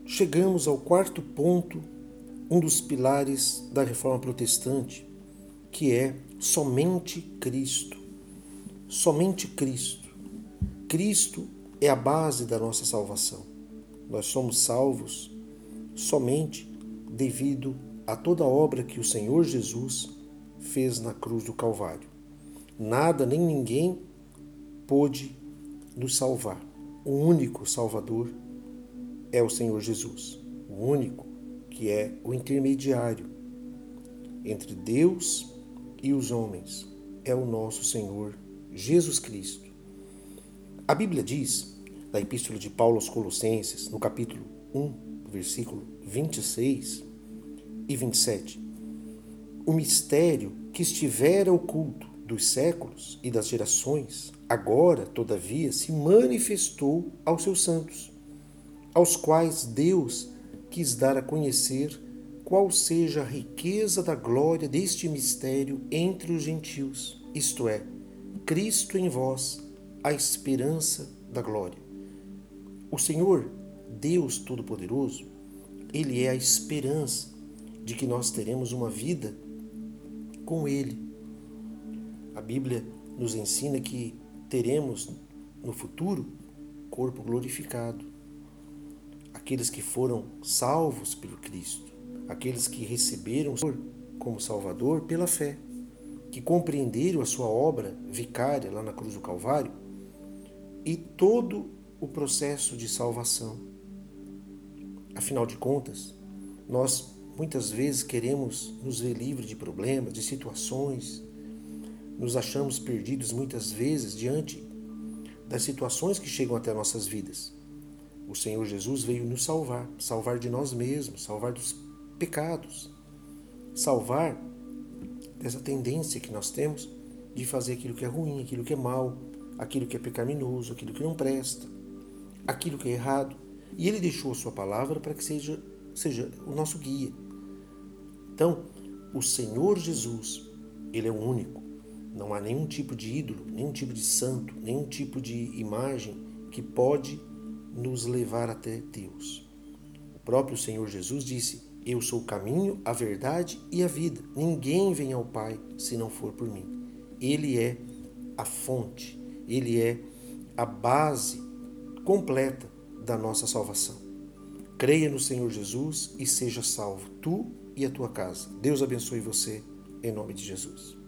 chegamos ao quarto ponto, um dos pilares da Reforma Protestante, que é somente Cristo. Somente Cristo. Cristo é a base da nossa salvação. Nós somos salvos somente devido a toda a obra que o Senhor Jesus fez na cruz do Calvário. Nada nem ninguém pôde nos salvar. O único Salvador é o Senhor Jesus. O único que é o intermediário entre Deus e os homens. É o nosso Senhor Jesus Cristo. A Bíblia diz, na Epístola de Paulo aos Colossenses, no capítulo 1, versículo 26 e 27, o mistério que estivera oculto dos séculos e das gerações, agora, todavia, se manifestou aos seus santos, aos quais Deus quis dar a conhecer qual seja a riqueza da glória deste mistério entre os gentios, isto é, Cristo em vós, a esperança da glória. O Senhor, Deus Todo-Poderoso, Ele é a esperança de que nós teremos uma vida com Ele. A Bíblia nos ensina que teremos no futuro corpo glorificado. Aqueles que foram salvos pelo Cristo, aqueles que receberam o Senhor como Salvador pela fé, que compreenderam a sua obra vicária lá na cruz do Calvário e todo o processo de salvação. Afinal de contas, nós muitas vezes queremos nos ver livres de problemas, de situações, nos achamos perdidos muitas vezes diante das situações que chegam até nossas vidas. O Senhor Jesus veio nos salvar, salvar de nós mesmos, salvar dos pecados, salvar dessa tendência que nós temos de fazer aquilo que é ruim, aquilo que é mal, aquilo que é pecaminoso, aquilo que não presta, aquilo que é errado. E Ele deixou a sua palavra para que seja o nosso guia. Então, o Senhor Jesus, Ele é o único. Não há nenhum tipo de ídolo, nenhum tipo de santo, nenhum tipo de imagem que pode nos levar até Deus. O próprio Senhor Jesus disse: eu sou o caminho, a verdade e a vida. Ninguém vem ao Pai se não for por mim. Ele é a fonte, Ele é a base completa da nossa salvação. Creia no Senhor Jesus e seja salvo, tu e a tua casa. Deus abençoe você, em nome de Jesus.